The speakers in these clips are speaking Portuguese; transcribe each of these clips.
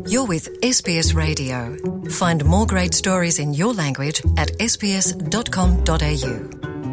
You're with SBS Radio. Find more great stories in your language at sbs.com.au.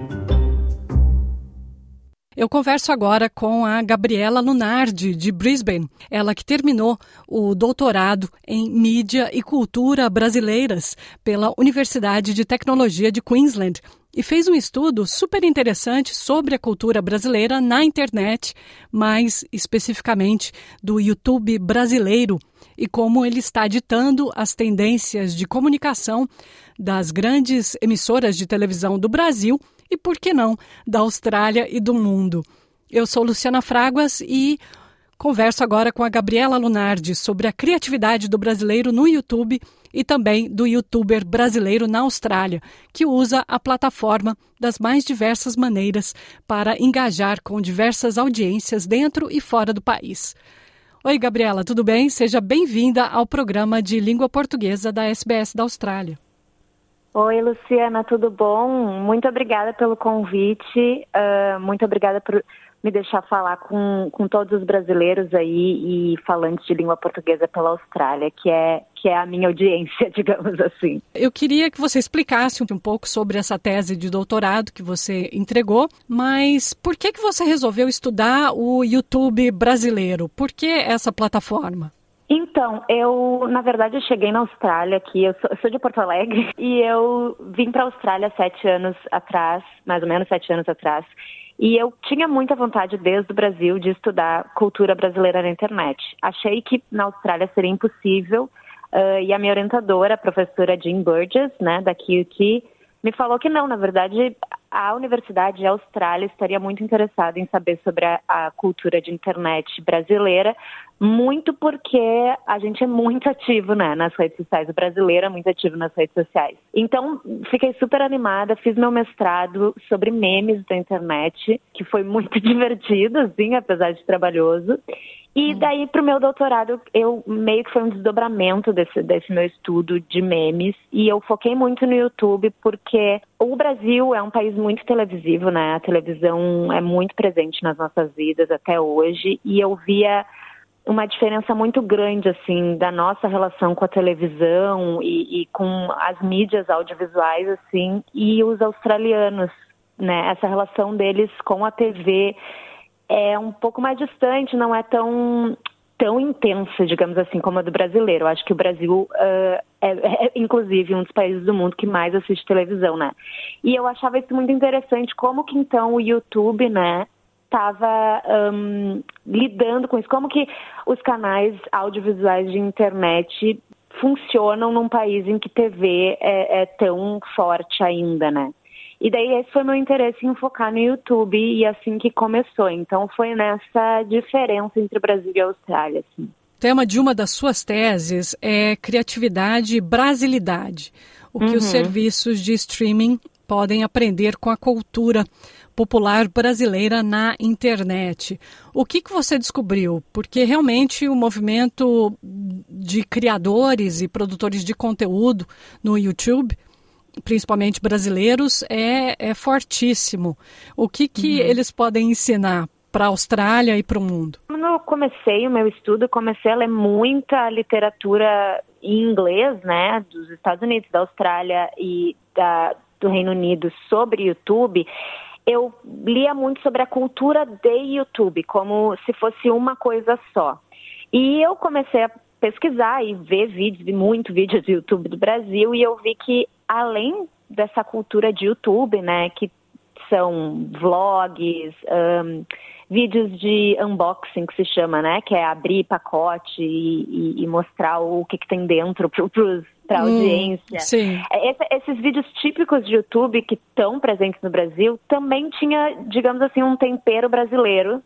Eu converso agora com a Gabriela Lunardi, de Brisbane. Ela que terminou o doutorado em Mídia e Cultura Brasileiras pela Universidade de Tecnologia de Queensland e fez um estudo super interessante sobre a cultura brasileira na internet, mais especificamente do YouTube brasileiro e como ele está ditando as tendências de comunicação das grandes emissoras de televisão do Brasil e, por que não, da Austrália e do mundo. Eu sou Luciana Fraguas e converso agora com a Gabriela Lunardi sobre a criatividade do brasileiro no YouTube e também do youtuber brasileiro na Austrália, que usa a plataforma das mais diversas maneiras para engajar com diversas audiências dentro e fora do país. Oi, Gabriela, tudo bem? Seja bem-vinda ao programa de língua portuguesa da SBS da Austrália. Oi, Luciana, tudo bom? Muito obrigada pelo convite, muito obrigada por me deixar falar com todos os brasileiros aí e falantes de língua portuguesa pela Austrália, que é a minha audiência, digamos assim. Eu queria que você explicasse um pouco sobre essa tese de doutorado que você entregou, mas por que você resolveu estudar o YouTube brasileiro? Por que essa plataforma? Então, na verdade, eu cheguei na Austrália aqui, eu sou de Porto Alegre, e eu vim para a Austrália 7 anos atrás, mais ou menos 7 anos atrás, e eu tinha muita vontade desde o Brasil de estudar cultura brasileira na internet. Achei que na Austrália seria impossível, e a minha orientadora, a professora Jean Burgess, né, da QUT, me falou que não, na verdade, a Universidade de Austrália estaria muito interessada em saber sobre a cultura de internet brasileira, muito porque a gente é muito ativo, né, nas redes sociais. O brasileiro é muito ativo nas redes sociais. Então, fiquei super animada, fiz meu mestrado sobre memes da internet, que foi muito divertido, assim, apesar de trabalhoso. E daí, para o meu doutorado, eu meio que foi um desdobramento desse meu estudo de memes. E eu foquei muito no YouTube, porque o Brasil é um país muito televisivo, né? A televisão é muito presente nas nossas vidas até hoje. E eu via uma diferença muito grande, assim, da nossa relação com a televisão e com as mídias audiovisuais, assim, e os australianos, né? Essa relação deles com a TV é um pouco mais distante, não é tão intensa, digamos assim, como a do brasileiro. Eu acho que o Brasil é, inclusive, um dos países do mundo que mais assiste televisão, né? E eu achava isso muito interessante, como que, então, o YouTube, né, estava lidando com isso, como que os canais audiovisuais de internet funcionam num país em que TV é tão forte ainda, né? E daí esse foi meu interesse em focar no YouTube e assim que começou. Então foi nessa diferença entre o Brasil e a Austrália, assim. O tema de uma das suas teses é criatividade e brasilidade, o que os serviços de streaming podem aprender com a cultura popular brasileira na internet. O que você descobriu? Porque realmente o movimento de criadores e produtores de conteúdo no YouTube, principalmente brasileiros, é fortíssimo. O que eles podem ensinar para a Austrália e para o mundo? Quando eu comecei o meu estudo, comecei a ler muita literatura em inglês, né, dos Estados Unidos, da Austrália e do Reino Unido sobre YouTube. Eu lia muito sobre a cultura de YouTube, como se fosse uma coisa só. E eu comecei a pesquisar e ver muito vídeos do YouTube do Brasil, e eu vi que além dessa cultura de YouTube, né, que são vlogs, vídeos de unboxing, que se chama, né, que é abrir pacote e mostrar o que tem dentro para a audiência. Sim. Esses vídeos típicos de YouTube que estão presentes no Brasil também tinha, digamos assim, um tempero brasileiro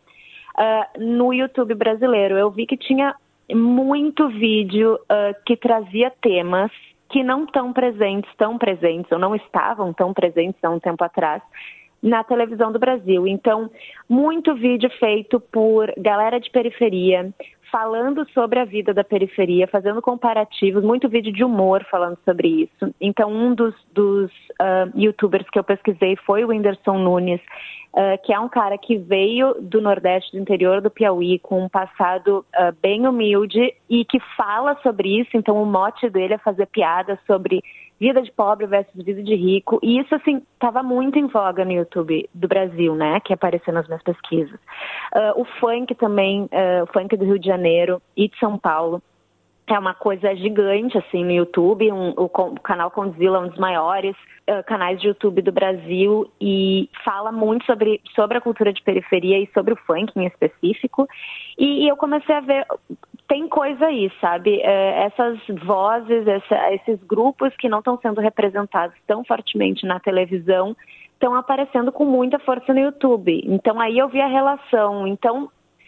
no YouTube brasileiro. Eu vi que tinha muito vídeo que trazia temas que não tão presentes ou não estavam tão presentes há um tempo atrás na televisão do Brasil. Então, muito vídeo feito por galera de periferia, falando sobre a vida da periferia, fazendo comparativos, muito vídeo de humor falando sobre isso. Então, um dos youtubers que eu pesquisei foi o Whindersson Nunes, que é um cara que veio do Nordeste, do interior do Piauí, com um passado bem humilde e que fala sobre isso. Então, o mote dele é fazer piada sobre vida de pobre versus vida de rico. E isso, assim, estava muito em voga no YouTube do Brasil, né? Que apareceu nas minhas pesquisas. O funk também, o funk do Rio de Janeiro e de São Paulo. É uma coisa gigante, assim, no YouTube. O canal Condzilla é um dos maiores canais de YouTube do Brasil e fala muito sobre a cultura de periferia e sobre o funk em específico. E eu comecei a ver... Tem coisa aí, sabe? Essas vozes, esses grupos que não estão sendo representados tão fortemente na televisão estão aparecendo com muita força no YouTube. Então, aí eu vi a relação. Então,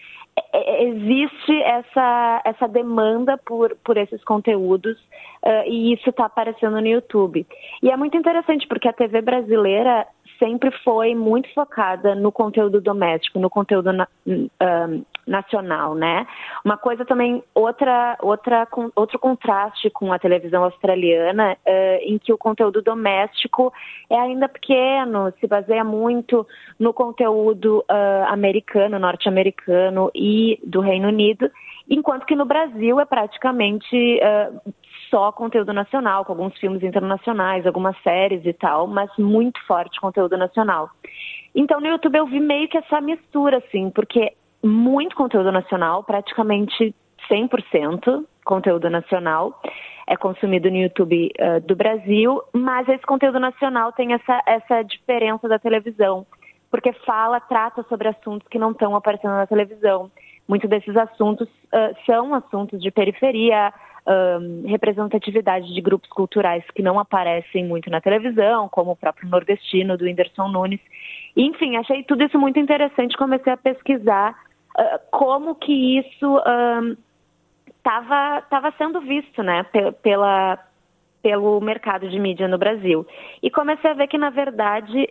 existe essa demanda por esses conteúdos e isso está aparecendo no YouTube. E é muito interessante porque a TV brasileira sempre foi muito focada no conteúdo doméstico, no conteúdo nacional, né? Uma coisa também, outro contraste com a televisão australiana, em que o conteúdo doméstico é ainda pequeno, se baseia muito no conteúdo americano, norte-americano e do Reino Unido, enquanto que no Brasil é praticamente só conteúdo nacional, com alguns filmes internacionais, algumas séries e tal, mas muito forte conteúdo nacional. Então no YouTube eu vi meio que essa mistura, assim, porque muito conteúdo nacional, praticamente 100% conteúdo nacional é consumido no YouTube do Brasil, mas esse conteúdo nacional tem essa diferença da televisão, porque trata sobre assuntos que não estão aparecendo na televisão. Muitos desses assuntos são assuntos de periferia, representatividade de grupos culturais que não aparecem muito na televisão, como o próprio Nordestino, do Whindersson Nunes. Enfim, achei tudo isso muito interessante, comecei a pesquisar como que isso estava sendo visto, né, pelo mercado de mídia no Brasil. E comecei a ver que, na verdade,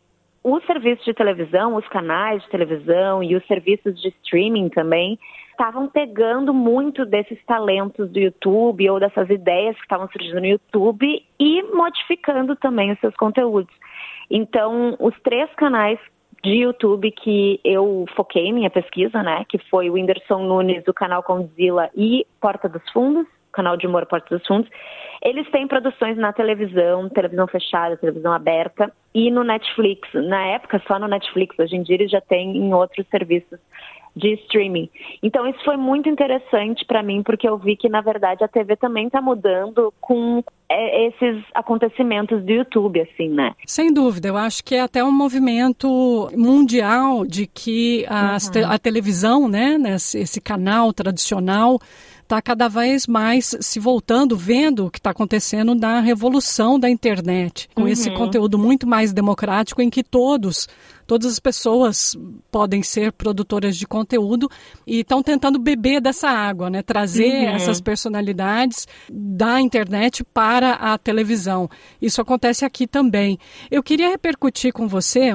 os serviços de televisão, os canais de televisão e os serviços de streaming também estavam pegando muito desses talentos do YouTube ou dessas ideias que estavam surgindo no YouTube e modificando também os seus conteúdos. Então, os 3 canais de YouTube que eu foquei minha pesquisa, né, que foi o Whindersson Nunes, o canal Condzilla e Porta dos Fundos, canal de humor Porta dos Fundos, eles têm produções na televisão fechada, televisão aberta e no Netflix. Na época, só no Netflix, hoje em dia eles já têm em outros serviços de streaming. Então isso foi muito interessante para mim, porque eu vi que, na verdade, a TV também está mudando com esses acontecimentos do YouTube, assim, né? Sem dúvida, eu acho que é até um movimento mundial de que a televisão, né, esse canal tradicional, está cada vez mais se voltando, vendo o que está acontecendo na revolução da internet, com esse conteúdo muito mais democrático em que todas as pessoas podem ser produtoras de conteúdo e estão tentando beber dessa água, né? Trazer essas personalidades da internet para a televisão. Isso acontece aqui também. Eu queria repercutir com você.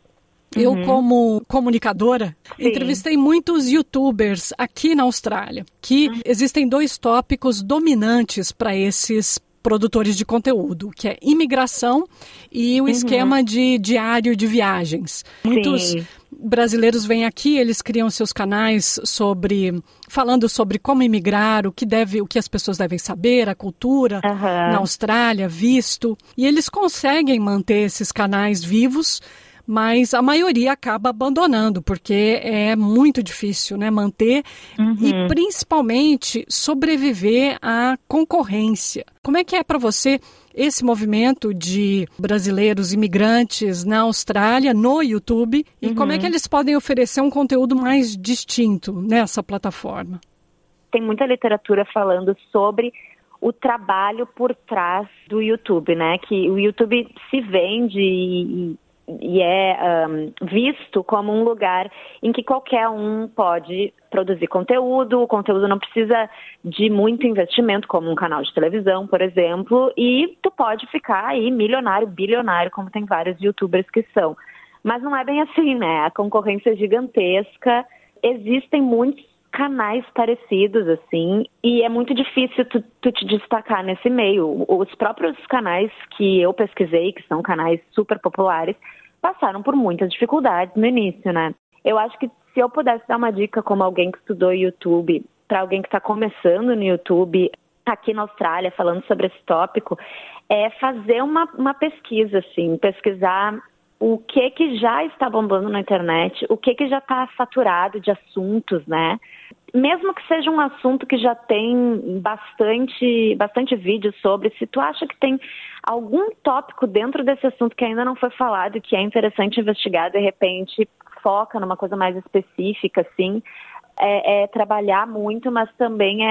Eu, como comunicadora, entrevistei muitos youtubers aqui na Austrália, que existem 2 tópicos dominantes para esses produtores de conteúdo, que é imigração e o esquema de diário de viagens. Muitos brasileiros vêm aqui, eles criam seus canais falando sobre como imigrar, o que as pessoas devem saber, a cultura na Austrália, visto, e eles conseguem manter esses canais vivos, mas a maioria acaba abandonando, porque é muito difícil, né, manter e principalmente sobreviver à concorrência. Como é que é para você esse movimento de brasileiros imigrantes na Austrália, no YouTube, e como é que eles podem oferecer um conteúdo mais distinto nessa plataforma? Tem muita literatura falando sobre o trabalho por trás do YouTube, né, que o YouTube se vende e é visto como um lugar em que qualquer um pode produzir conteúdo. O conteúdo não precisa de muito investimento, como um canal de televisão, por exemplo, e tu pode ficar aí milionário, bilionário, como tem vários youtubers que são. Mas não é bem assim, né? A concorrência é gigantesca, existem muitos canais parecidos, assim, e é muito difícil tu te destacar nesse meio. Os próprios canais que eu pesquisei, que são canais super populares, passaram por muitas dificuldades no início, né? Eu acho que se eu pudesse dar uma dica como alguém que estudou YouTube, para alguém que está começando no YouTube, aqui na Austrália, falando sobre esse tópico, é fazer uma pesquisa, assim, pesquisar o que já está bombando na internet, o que já está saturado de assuntos, né? Mesmo que seja um assunto que já tem bastante vídeo sobre, se tu acha que tem algum tópico dentro desse assunto que ainda não foi falado e que é interessante investigar, de repente foca numa coisa mais específica, assim, é trabalhar muito, mas também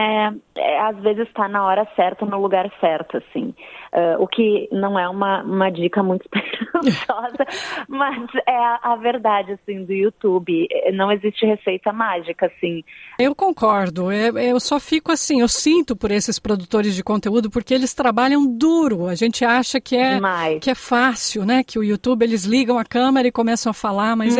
às vezes estar na hora certa, no lugar certo, assim. O que não é uma dica muito esperançosa, mas é a verdade, assim, do YouTube. Não existe receita mágica, assim. Eu concordo. Eu só fico assim, eu sinto por esses produtores de conteúdo, porque eles trabalham duro. A gente acha que é fácil, né? Que o YouTube, eles ligam a câmera e começam a falar, mas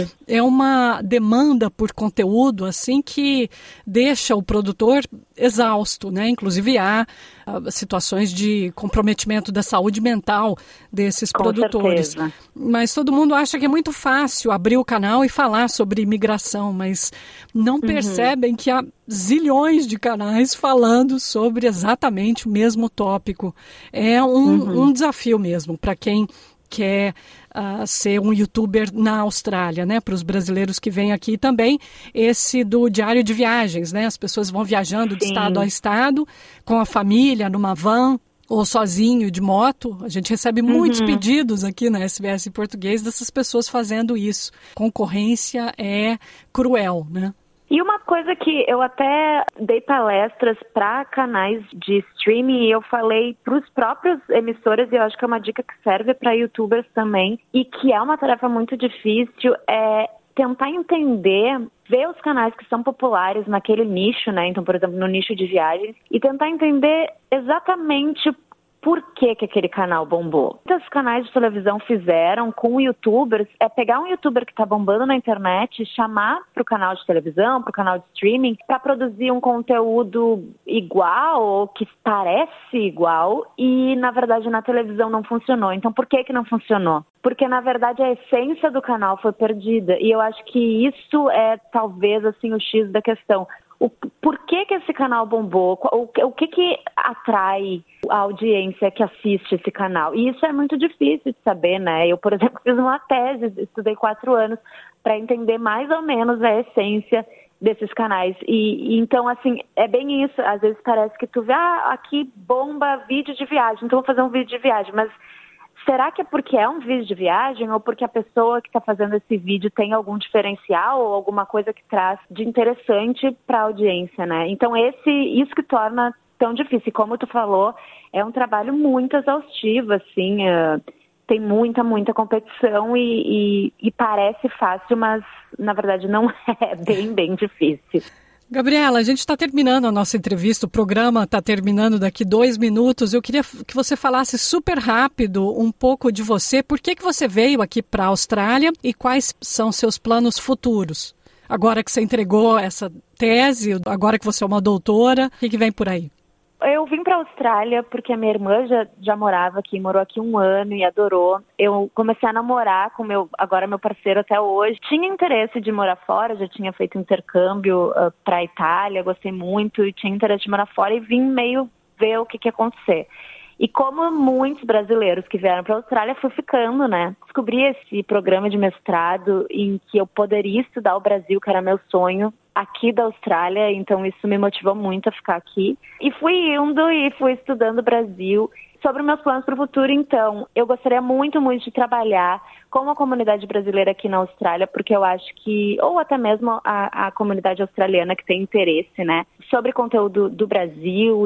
é uma demanda por conteúdo, assim, que deixa o produtor exausto, né? Inclusive há situações de comprometimento da saúde mental desses produtores. Certeza. Mas todo mundo acha que é muito fácil abrir o canal e falar sobre imigração, mas não percebem que há zilhões de canais falando sobre exatamente o mesmo tópico. É um desafio mesmo para quem quer ser um youtuber na Austrália, né? Para os brasileiros que vêm aqui também, esse do diário de viagens, né? As pessoas vão viajando de estado a estado, com a família, numa van, ou sozinho, de moto. A gente recebe muitos pedidos aqui na SBS em português dessas pessoas fazendo isso. Concorrência é cruel, né? E uma coisa que eu até dei palestras para canais de streaming e eu falei para os próprios emissoras, e eu acho que é uma dica que serve para youtubers também, e que é uma tarefa muito difícil, é tentar entender, ver os canais que são populares naquele nicho, né? Então, por exemplo, no nicho de viagens, e tentar entender exatamente por que aquele canal bombou. Muitos canais de televisão fizeram com youtubers, pegar um youtuber que está bombando na internet, chamar para o canal de televisão, para o canal de streaming, para produzir um conteúdo igual ou que parece igual e, na verdade, na televisão não funcionou. Então, por que não funcionou? Porque, na verdade, a essência do canal foi perdida. E eu acho que isso é, talvez, assim, o X da questão. Por que esse canal bombou? O que atrai a audiência que assiste esse canal? E isso é muito difícil de saber, né? Eu, por exemplo, fiz uma tese, estudei 4 anos para entender mais ou menos a essência desses canais. E então, assim, é bem isso. Às vezes parece que tu vê, aqui bomba vídeo de viagem, então vou fazer um vídeo de viagem. Mas será que é porque é um vídeo de viagem ou porque a pessoa que está fazendo esse vídeo tem algum diferencial ou alguma coisa que traz de interessante para a audiência, né? Então, isso que torna tão difícil. E como tu falou, é um trabalho muito exaustivo, assim, tem muita competição e parece fácil, mas, na verdade, não é bem difícil. Gabriela, a gente está terminando a nossa entrevista, o programa está terminando daqui 2 minutos. Eu queria que você falasse super rápido um pouco de você. Por que você veio aqui para a Austrália e quais são seus planos futuros? Agora que você entregou essa tese, agora que você é uma doutora, o que vem por aí? Eu vim para a Austrália porque a minha irmã já morava aqui, morou aqui 1 ano e adorou. Eu comecei a namorar com agora meu parceiro até hoje. Tinha interesse de morar fora, já tinha feito intercâmbio para a Itália, gostei muito e tinha interesse de morar fora e vim meio ver o que ia acontecer. E como muitos brasileiros que vieram para a Austrália, fui ficando, né? Descobri esse programa de mestrado em que eu poderia estudar o Brasil, que era meu sonho, aqui da Austrália, então isso me motivou muito a ficar aqui. E fui indo e fui estudando o Brasil. Sobre meus planos para o futuro, então, eu gostaria muito de trabalhar com a comunidade brasileira aqui na Austrália, porque eu acho que, ou até mesmo a comunidade australiana que tem interesse, né, sobre conteúdo do Brasil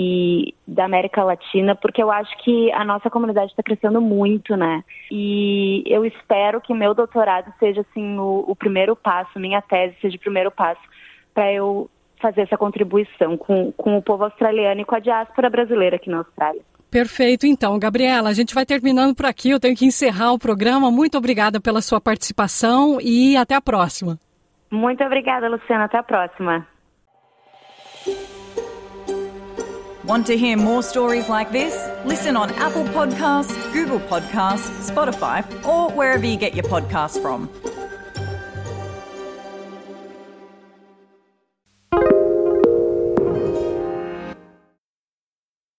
e da América Latina, porque eu acho que a nossa comunidade está crescendo muito, né, e eu espero que meu doutorado seja, assim, o primeiro passo, minha tese seja o primeiro passo para eu fazer essa contribuição com o povo australiano e com a diáspora brasileira aqui na Austrália. Perfeito, então. Gabriela, a gente vai terminando por aqui, eu tenho que encerrar o programa. Muito obrigada pela sua participação e até a próxima. Muito obrigada, Luciana. Até a próxima. Want to hear more stories like this? Listen on Apple Podcasts, Google Podcasts, Spotify, or wherever you get your podcasts from.